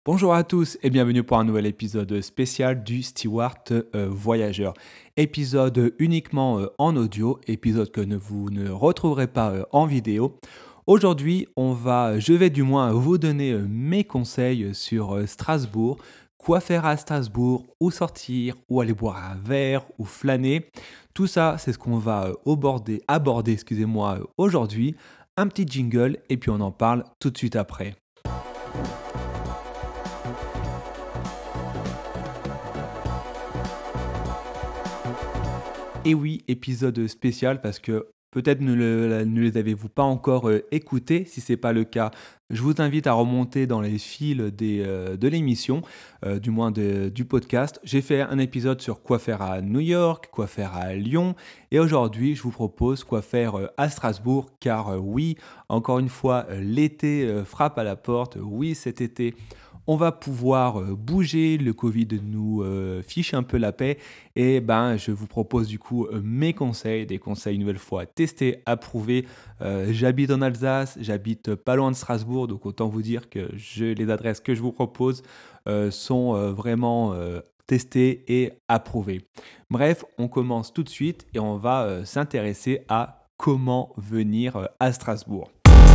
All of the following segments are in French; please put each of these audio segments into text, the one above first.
Bonjour à tous et bienvenue pour un nouvel épisode spécial du Steward Voyageur. Épisode uniquement en audio, épisode que vous ne retrouverez pas en vidéo. Aujourd'hui, je vais du moins vous donner mes conseils sur Strasbourg, quoi faire à Strasbourg, où sortir, où aller boire un verre, ou flâner. Tout ça, c'est ce qu'on va aborder, aujourd'hui. Un petit jingle et puis on en parle tout de suite après. Et oui, épisode spécial parce que peut-être ne les avez-vous pas encore écoutés. Si ce n'est pas le cas, je vous invite à remonter dans les fils de l'émission, du podcast. J'ai fait un épisode sur quoi faire à New York, quoi faire à Lyon. Et aujourd'hui, je vous propose quoi faire à Strasbourg. Car oui, encore une fois, l'été frappe à la porte. Oui, cet été, on va pouvoir bouger, le Covid nous fiche un peu la paix et je vous propose du coup mes conseils, des conseils une nouvelle fois testés, approuvés. J'habite en Alsace, j'habite pas loin de Strasbourg, donc autant vous dire que les adresses que je vous propose sont vraiment testées et approuvées. Bref, on commence tout de suite et on va s'intéresser à comment venir à Strasbourg.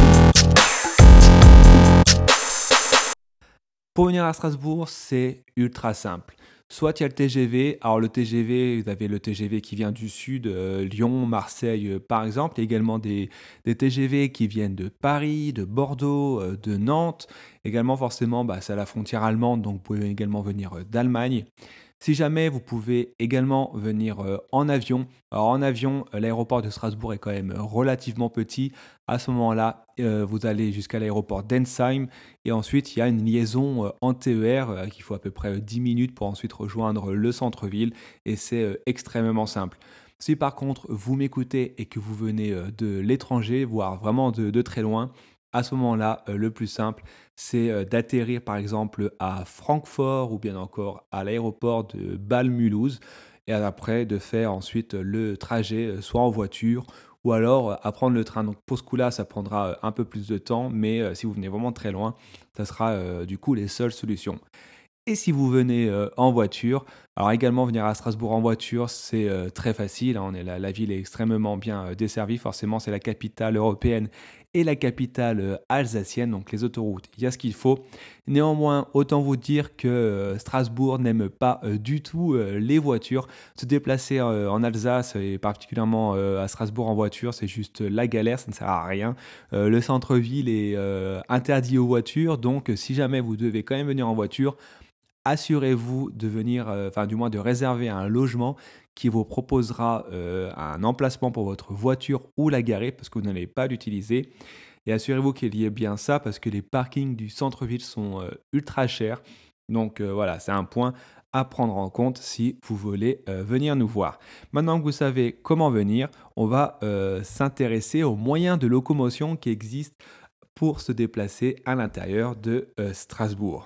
Pour venir à Strasbourg, c'est ultra simple. Soit il y a le TGV. Alors le TGV, vous avez le TGV qui vient du sud, Lyon, Marseille par exemple. Il y a également des TGV qui viennent de Paris, de Bordeaux, de Nantes. Également forcément, c'est à la frontière allemande, donc vous pouvez également venir d'Allemagne. Si jamais vous pouvez également venir en avion. Alors en avion, l'aéroport de Strasbourg est quand même relativement petit. À ce moment-là, vous allez jusqu'à l'aéroport d'Ensheim et ensuite il y a une liaison en TER qu'il faut à peu près 10 minutes pour ensuite rejoindre le centre-ville et c'est extrêmement simple. Si par contre vous m'écoutez et que vous venez de l'étranger, voire vraiment de très loin, à ce moment-là, le plus simple, c'est d'atterrir par exemple à Francfort ou bien encore à l'aéroport de Bâle-Mulhouse et après de faire ensuite le trajet soit en voiture ou alors à prendre le train. Donc pour ce coup-là, ça prendra un peu plus de temps, mais si vous venez vraiment très loin, ça sera du coup les seules solutions. Et si vous venez en voiture, alors également venir à Strasbourg en voiture, c'est très facile, hein. La ville est extrêmement bien desservie. Forcément, c'est la capitale européenne et la capitale alsacienne. Donc les autoroutes, il y a ce qu'il faut. Néanmoins, autant vous dire que Strasbourg n'aime pas du tout les voitures. Se déplacer en Alsace et particulièrement à Strasbourg en voiture, c'est juste la galère, ça ne sert à rien. Le centre-ville est interdit aux voitures. Donc si jamais vous devez quand même venir en voiture, assurez-vous de venir, du moins de réserver un logement qui vous proposera un emplacement pour votre voiture ou la garer parce que vous n'allez pas l'utiliser. Et assurez-vous qu'il y ait bien ça parce que les parkings du centre-ville sont ultra chers. Donc voilà, c'est un point à prendre en compte si vous voulez venir nous voir. Maintenant que vous savez comment venir, on va s'intéresser aux moyens de locomotion qui existent pour se déplacer à l'intérieur de Strasbourg.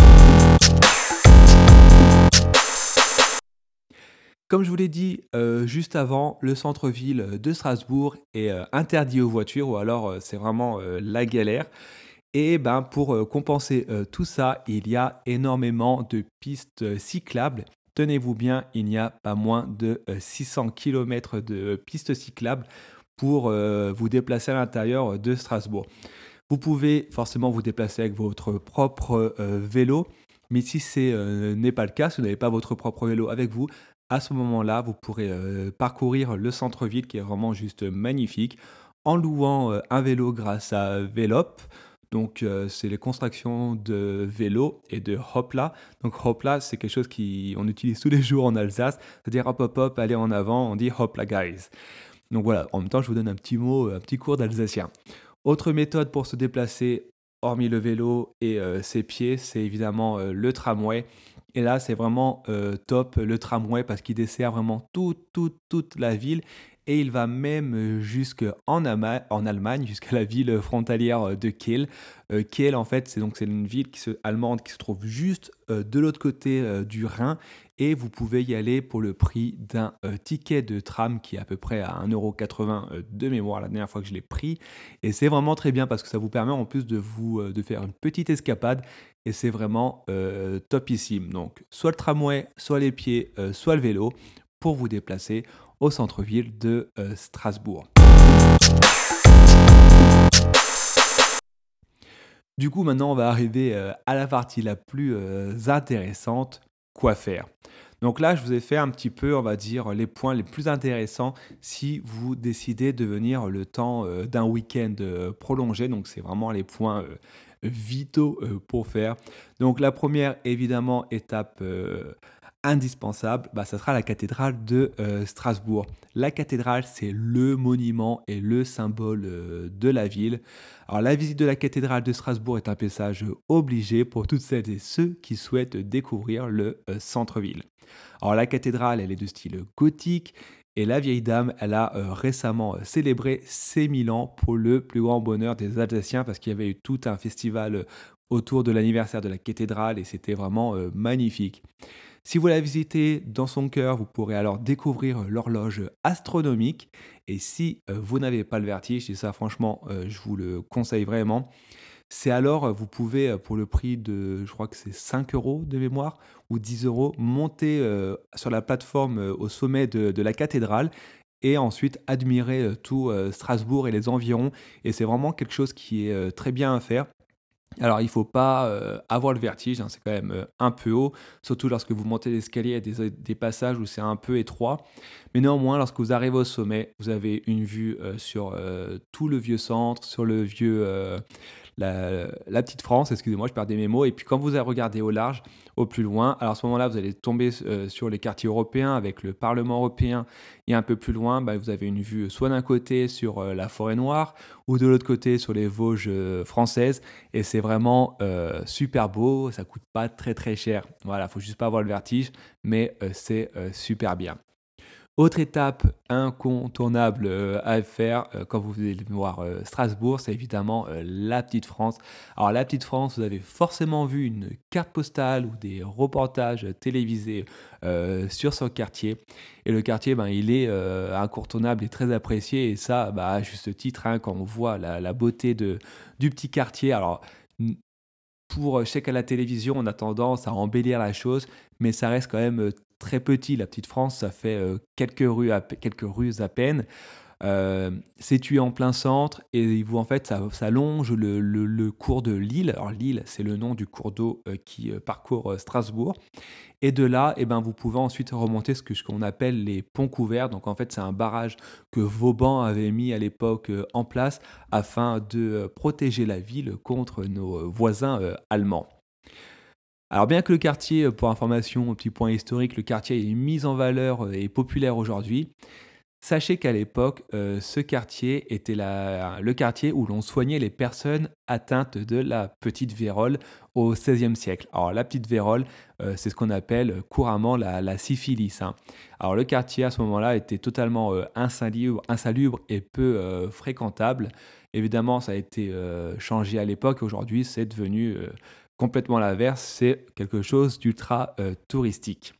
Comme je vous l'ai dit juste avant, le centre-ville de Strasbourg est interdit aux voitures ou alors c'est vraiment la galère. Et pour compenser tout ça, il y a énormément de pistes cyclables. Tenez-vous bien, il n'y a pas moins de 600 kilomètres de pistes cyclables pour vous déplacer à l'intérieur de Strasbourg. Vous pouvez forcément vous déplacer avec votre propre vélo, mais si n'est pas le cas, si vous n'avez pas votre propre vélo avec vous, à ce moment-là, vous pourrez parcourir le centre-ville qui est vraiment juste magnifique en louant un vélo grâce à Velop. Donc, c'est les constructions de vélos et de Hopla. Donc, Hopla, c'est quelque chose qu'on utilise tous les jours en Alsace. C'est-à-dire, hop, hop, hop, allez en avant, on dit Hopla, guys. Donc voilà, en même temps, je vous donne un petit mot, un petit cours d'alsacien. Autre méthode pour se déplacer, hormis le vélo et ses pieds, c'est évidemment le tramway. Et là, c'est vraiment top, le tramway, parce qu'il dessert vraiment toute la ville. Et il va même en Allemagne, jusqu'à la ville frontalière de Kiel. Kiel, en fait, c'est une ville allemande qui se trouve juste de l'autre côté du Rhin. Et vous pouvez y aller pour le prix d'un ticket de tram qui est à peu près à 1,80 € de mémoire la dernière fois que je l'ai pris. Et c'est vraiment très bien parce que ça vous permet en plus de faire une petite escapade et c'est vraiment, topissime. Donc soit le tramway, soit les pieds, soit le vélo pour vous déplacer au centre-ville de, Strasbourg. Du coup, maintenant, on va arriver, à la partie la plus, intéressante, quoi faire? Donc là, je vous ai fait un petit peu, on va dire, les points les plus intéressants si vous décidez de venir le temps, d'un week-end, prolongé. Donc c'est vraiment les points, vitaux, pour faire. Donc la première évidemment, étape, indispensable, bah, ça sera la cathédrale de, Strasbourg. La cathédrale, c'est le monument et le symbole, de la ville. Alors la visite de la cathédrale de Strasbourg est un passage obligé pour toutes celles et ceux qui souhaitent découvrir le, centre-ville. Alors la cathédrale, elle est de style gothique et la vieille dame, elle a récemment célébré ses 1000 ans pour le plus grand bonheur des Alsaciens parce qu'il y avait eu tout un festival autour de l'anniversaire de la cathédrale et c'était vraiment magnifique. Si vous la visitez dans son cœur, vous pourrez alors découvrir l'horloge astronomique. Et si vous n'avez pas le vertige, et ça franchement, je vous le conseille vraiment, c'est alors, vous pouvez, pour le prix de, je crois que c'est 5 euros de mémoire ou 10 euros, monter, sur la plateforme, au sommet de la cathédrale et ensuite admirer, tout, Strasbourg et les environs et c'est vraiment quelque chose qui est, très bien à faire. Alors il faut pas, avoir le vertige, hein, c'est quand même, un peu haut, surtout lorsque vous montez l'escalier, il y a des passages où c'est un peu étroit. Mais néanmoins, lorsque vous arrivez au sommet, vous avez une vue, sur, tout le vieux centre, sur le vieux, la petite France, excusez-moi, je perdais mes mots et puis quand vous regardez au large, au plus loin, alors à ce moment-là, vous allez tomber sur les quartiers européens avec le Parlement européen et un peu plus loin, bah, vous avez une vue soit d'un côté sur, la forêt noire ou de l'autre côté sur les Vosges, françaises et c'est vraiment, super beau, ça coûte pas très, très cher. Voilà, faut juste pas avoir le vertige, mais, c'est, super bien. Autre étape incontournable, à faire, quand vous venez de voir, Strasbourg, c'est évidemment, la Petite France. Alors la Petite France, vous avez forcément vu une carte postale ou des reportages, télévisés, sur ce quartier et le quartier, ben, il est, incontournable et très apprécié et ça, bah, à juste titre, hein, quand on voit la beauté du petit quartier. Alors, mmh je sais qu'à la télévision, on a tendance à embellir la chose, mais ça reste quand même, très petit. La petite France, ça fait, quelques rues à peine. Situé en plein centre et vous en fait, ça longe le cours de l'Isle. Alors l'Isle, c'est le nom du cours d'eau, qui, parcourt, Strasbourg et de là et ben, vous pouvez ensuite remonter ce qu'on appelle les ponts couverts. Donc en fait, c'est un barrage que Vauban avait mis à l'époque, en place afin de, protéger la ville contre nos, voisins, allemands. Alors bien que le quartier, pour information, petit point historique, le quartier est mis en valeur, et populaire aujourd'hui, sachez qu'à l'époque, ce quartier était le quartier où l'on soignait les personnes atteintes de la petite vérole au XVIe siècle. Alors la petite vérole, c'est ce qu'on appelle couramment la syphilis, hein. Alors le quartier à ce moment-là était totalement, insalubre et peu, fréquentable. Évidemment, ça a été, changé à l'époque. Aujourd'hui, c'est devenu, complètement l'inverse, c'est quelque chose d'ultra, touristique.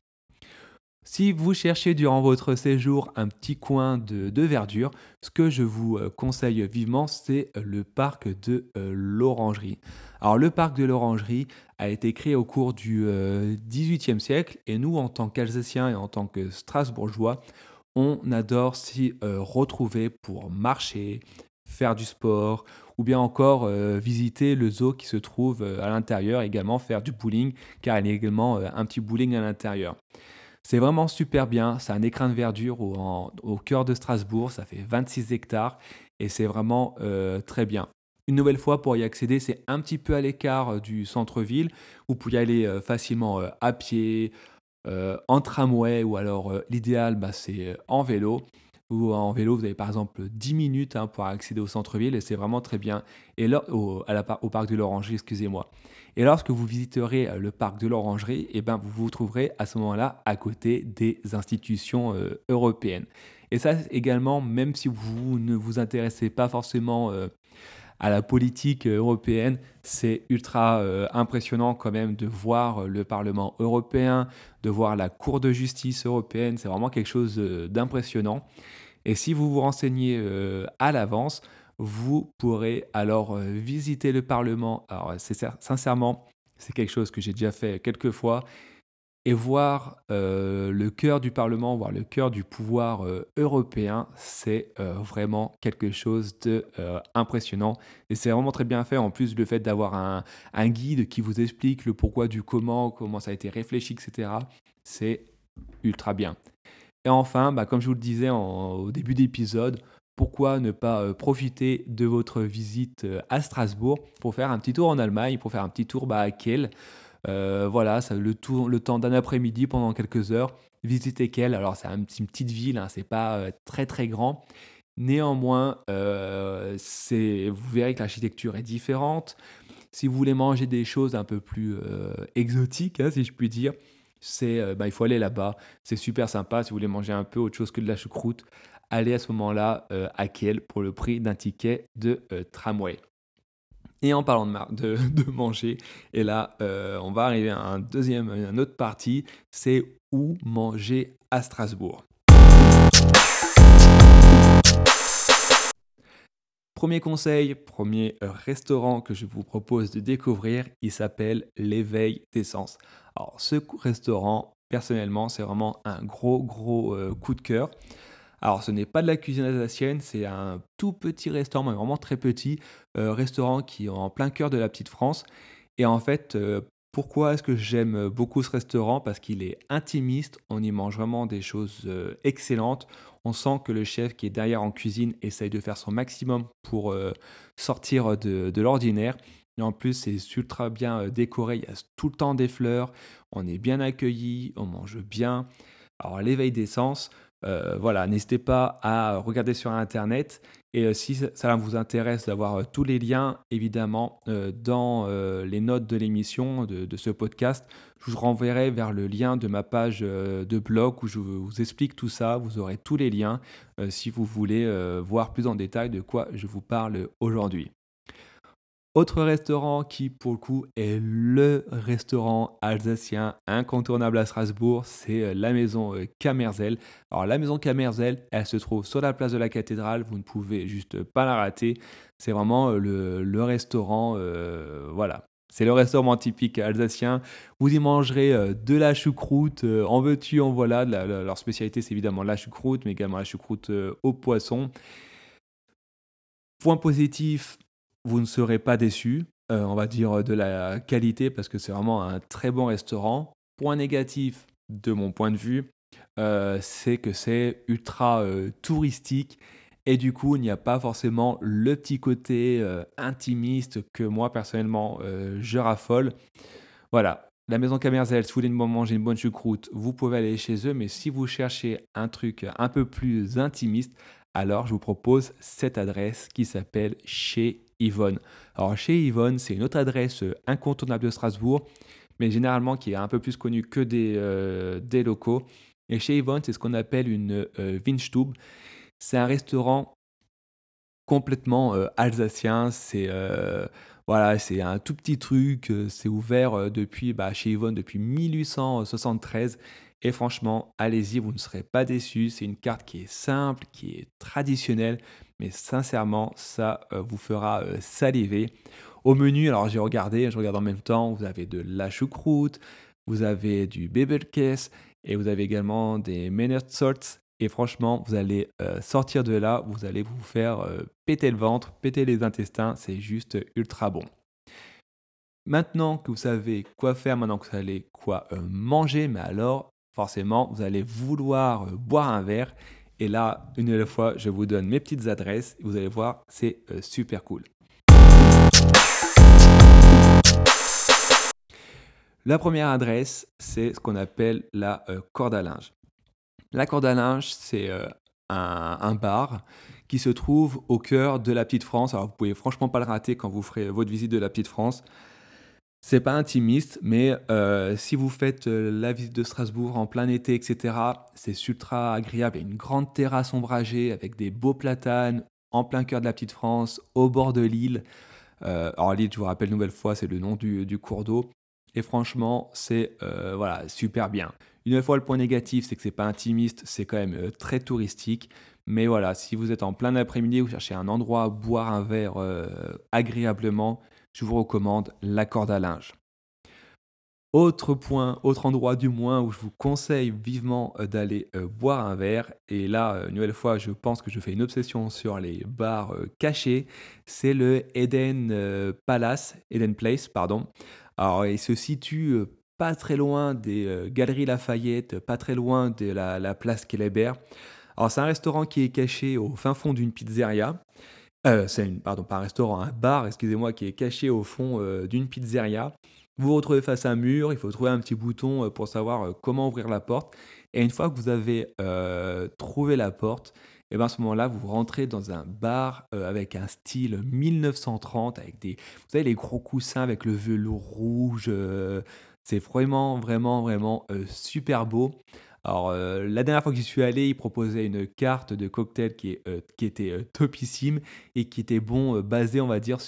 Si vous cherchez durant votre séjour un petit coin de verdure, ce que je vous conseille vivement, c'est le parc de l'Orangerie. Alors le parc de l'Orangerie a été créé au cours du XVIIIe siècle et nous, en tant qu'Alsaciens et en tant que Strasbourgeois, on adore s'y retrouver pour marcher, faire du sport ou bien encore visiter le zoo qui se trouve à l'intérieur, également faire du bowling car il y a également un petit bowling à l'intérieur. C'est vraiment super bien, c'est un écrin de verdure au cœur de Strasbourg, ça fait 26 hectares et c'est vraiment, très bien. Une nouvelle fois, pour y accéder, c'est un petit peu à l'écart, du centre-ville. Vous pouvez y aller, facilement, à pied, en tramway ou alors, l'idéal, bah, c'est, en vélo. Ou en vélo, vous avez par exemple 10 minutes, hein, pour accéder au centre-ville et c'est vraiment très bien et là au parc de l'Orangerie, excusez-moi. Et lorsque vous visiterez, le parc de l'Orangerie et ben, vous vous trouverez à ce moment-là à côté des institutions, européennes. Et ça également, même si vous ne vous intéressez pas forcément, à la politique, européenne, c'est ultra, impressionnant quand même de voir, le Parlement européen, de voir la Cour de justice européenne. C'est vraiment quelque chose, d'impressionnant et si vous vous renseignez, à l'avance, vous pourrez alors, visiter le Parlement. Alors, c'est sincèrement, c'est quelque chose que j'ai déjà fait quelques fois et voir, le cœur du parlement, voir le cœur du pouvoir, européen, c'est, vraiment quelque chose de, impressionnant et c'est vraiment très bien fait. En plus, le fait d'avoir un guide qui vous explique le pourquoi du comment ça a été réfléchi et cetera, c'est ultra bien. Et enfin, bah, comme je vous le disais au début d'épisode, pourquoi ne pas profiter de votre visite à Strasbourg pour faire un petit tour en Allemagne, pour faire un petit tour à Kiel. Voilà, ça, le temps d'un après-midi pendant quelques heures. Visiter Kiel, alors c'est une petite ville, hein, c'est pas très très grand. Néanmoins, vous verrez que l'architecture est différente. Si vous voulez manger des choses un peu plus, exotiques, hein, si je puis dire, il faut aller là-bas. C'est super sympa. Si vous voulez manger un peu autre chose que de la choucroute, allez à ce moment-là, à Kiel pour le prix d'un ticket de, tramway. Et en parlant de manger, et là, on va arriver à une autre partie, c'est où manger à Strasbourg. Premier conseil, premier restaurant que je vous propose de découvrir, il s'appelle l'Éveil des Sens. Alors ce restaurant, personnellement, c'est vraiment un gros, gros, coup de cœur. Alors ce n'est pas de la cuisine alsacienne, c'est un tout petit restaurant, mais vraiment très petit, restaurant qui est en plein cœur de la petite France et en fait, pourquoi est-ce que j'aime beaucoup ce restaurant? Parce qu'il est intimiste, on y mange vraiment des choses, excellentes. On sent que le chef qui est derrière en cuisine essaye de faire son maximum pour, sortir de l'ordinaire et en plus, c'est ultra bien, décoré. Il y a tout le temps des fleurs, on est bien accueillis, on mange bien. Alors l'éveil des sens, voilà, n'hésitez pas à regarder sur internet et si ça vous intéresse d'avoir, tous les liens évidemment, dans, les notes de l'émission de ce podcast, je vous renverrai vers le lien de ma page, de blog où je vous explique tout ça. Vous aurez tous les liens, si vous voulez, voir plus en détail de quoi je vous parle aujourd'hui. Autre restaurant qui, pour le coup, est le restaurant alsacien incontournable à Strasbourg, c'est, la maison, Kamerzel. Alors la maison Kamerzel, elle se trouve sur la place de la Cathédrale, vous ne pouvez juste pas la rater. C'est vraiment, le restaurant, voilà, c'est le restaurant typique alsacien. Vous y mangerez, de la choucroute, en veux-tu, en voilà. Leur spécialité, c'est évidemment la choucroute, mais également la choucroute, au poisson. Point positif, vous ne serez pas déçus, on va dire, de la qualité parce que c'est vraiment un très bon restaurant. Point négatif, de mon point de vue, c'est que c'est ultra, touristique et du coup, il n'y a pas forcément le petit côté, intimiste que moi personnellement, je raffole. Voilà, la maison Camerzel, si vous voulez manger une bonne choucroute, vous pouvez aller chez eux, mais si vous cherchez un truc un peu plus intimiste, alors je vous propose cette adresse qui s'appelle Chez Yvonne. Alors chez Yvonne, c'est une autre adresse incontournable de Strasbourg, mais généralement qui est un peu plus connue que des locaux. Et chez Yvonne, c'est ce qu'on appelle une Weinstube. C'est un restaurant complètement, alsacien, voilà, c'est un tout petit truc, c'est ouvert, depuis, chez Yvonne depuis 1873 et franchement, allez-y, vous ne serez pas déçus. C'est une carte qui est simple, qui est traditionnelle, mais sincèrement, ça, vous fera, saliver. Au menu, alors j'ai regardé, je regarde en même temps, vous avez de la choucroute, vous avez du Bibelkäse et vous avez également des Meeressalz et franchement, vous allez, sortir de là, vous allez vous faire, péter le ventre, péter les intestins, c'est juste ultra bon. Maintenant que vous savez quoi faire, maintenant que vous savez quoi, manger, mais alors forcément, vous allez vouloir, boire un verre et là, une nouvelle fois, je vous donne mes petites adresses et vous allez voir, c'est, super cool. La première adresse, c'est ce qu'on appelle la, corde à linge. La corde à linge, c'est, un bar qui se trouve au cœur de la petite France. Alors vous pouvez franchement pas le rater quand vous ferez votre visite de la petite France. C'est pas intimiste, mais si vous faites, la visite de Strasbourg en plein été et cetera, c'est ultra agréable. Il y a une grande terrasse ombragée avec des beaux platanes en plein cœur de la petite France, au bord de l'île. Alors l'île, je vous rappelle une nouvelle fois, c'est le nom du cours d'eau et franchement, c'est, voilà, super bien. Une nouvelle fois, le point négatif, c'est que c'est pas intimiste, c'est quand même, très touristique. Mais voilà, si vous êtes en plein après-midi, vous cherchez un endroit à boire un verre, agréablement, je vous recommande la corde à linge. Autre point, autre endroit du moins où je vous conseille vivement, d'aller, boire un verre et là, une nouvelle fois, je pense que je fais une obsession sur les bars, cachés, c'est le Eden Place, pardon. Alors il se situe, pas très loin des, Galeries Lafayette, pas très loin de la place Kléber. Alors c'est un restaurant qui est caché au fin fond d'une pizzeria. C'est une pardon, pas un restaurant, un bar, excusez-moi, qui est caché au fond, d'une pizzeria. Vous vous retrouvez face à un mur, il faut trouver un petit bouton, pour savoir, comment ouvrir la porte et une fois que vous avez, trouvé la porte et ben, à ce moment-là, vous rentrez dans un bar, avec un style 1930 avec des vous savez, les gros coussins avec le velours rouge, c'est vraiment, vraiment, vraiment, super beau. Alors, la dernière fois que j'y suis allé, ils proposaient une carte de cocktail qui était, topissime et qui était bon, basée, on va dire,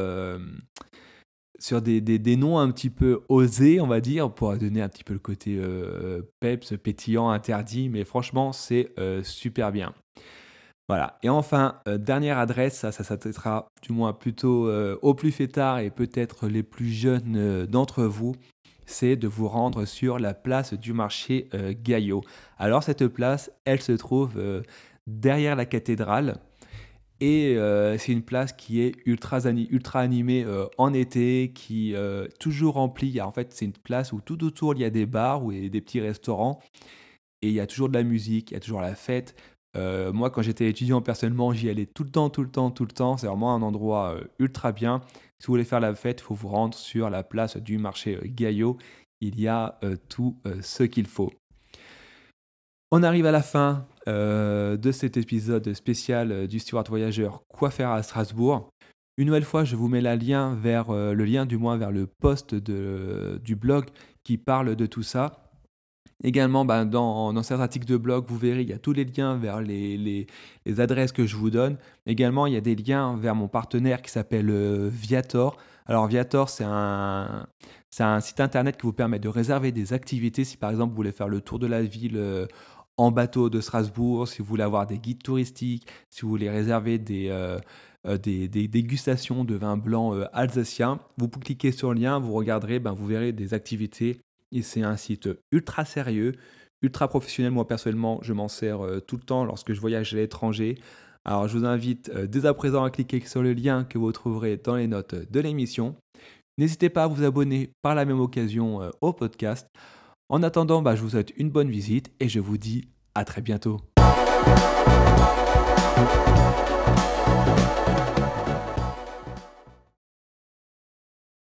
sur des noms un petit peu osés, on va dire, pour donner un petit peu le côté, peps, pétillant, interdit, mais franchement, c'est, super bien. Voilà et enfin, dernière adresse, ça s'adressera du moins plutôt, aux plus fêtards et peut-être les plus jeunes, d'entre vous, c'est de vous rendre sur la place du marché, Gaillot. Alors cette place, elle se trouve, derrière la cathédrale et c'est une place qui est ultra animée, en été, qui, toujours remplie. En fait, c'est une place où tout autour, il y a des bars ou et des petits restaurants et il y a toujours de la musique, il y a toujours la fête. Moi, quand j'étais étudiant, personnellement, j'y allais tout le temps, tout le temps, tout le temps. C'est vraiment un endroit, ultra bien. Si vous voulez faire la fête, il faut vous rendre sur la place du marché, Gaillot. Il y a, tout, ce qu'il faut. On arrive à la fin, de cet épisode spécial, du Steward Voyageur: Quoi faire à Strasbourg. Une nouvelle fois, je vous mets le lien du moins vers le post du blog qui parle de tout ça. Également, ben, dans cet article de blog, vous verrez, il y a tous les liens vers les adresses que je vous donne. Également, il y a des liens vers mon partenaire qui s'appelle, Viator. Alors Viator, c'est un site internet qui vous permet de réserver des activités. Si par exemple, vous voulez faire le tour de la ville, en bateau de Strasbourg, si vous voulez avoir des guides touristiques, si vous voulez réserver des dégustations de vin blanc, alsacien, vous cliquez sur le lien, vous regarderez, ben, vous verrez des activités et c'est un site ultra sérieux, ultra professionnel. Moi, personnellement, je m'en sers tout le temps lorsque je voyage à l'étranger. Alors, je vous invite dès à présent à cliquer sur le lien que vous trouverez dans les notes de l'émission. N'hésitez pas à vous abonner par la même occasion au podcast. En attendant, bah, je vous souhaite une bonne visite et je vous dis à très bientôt.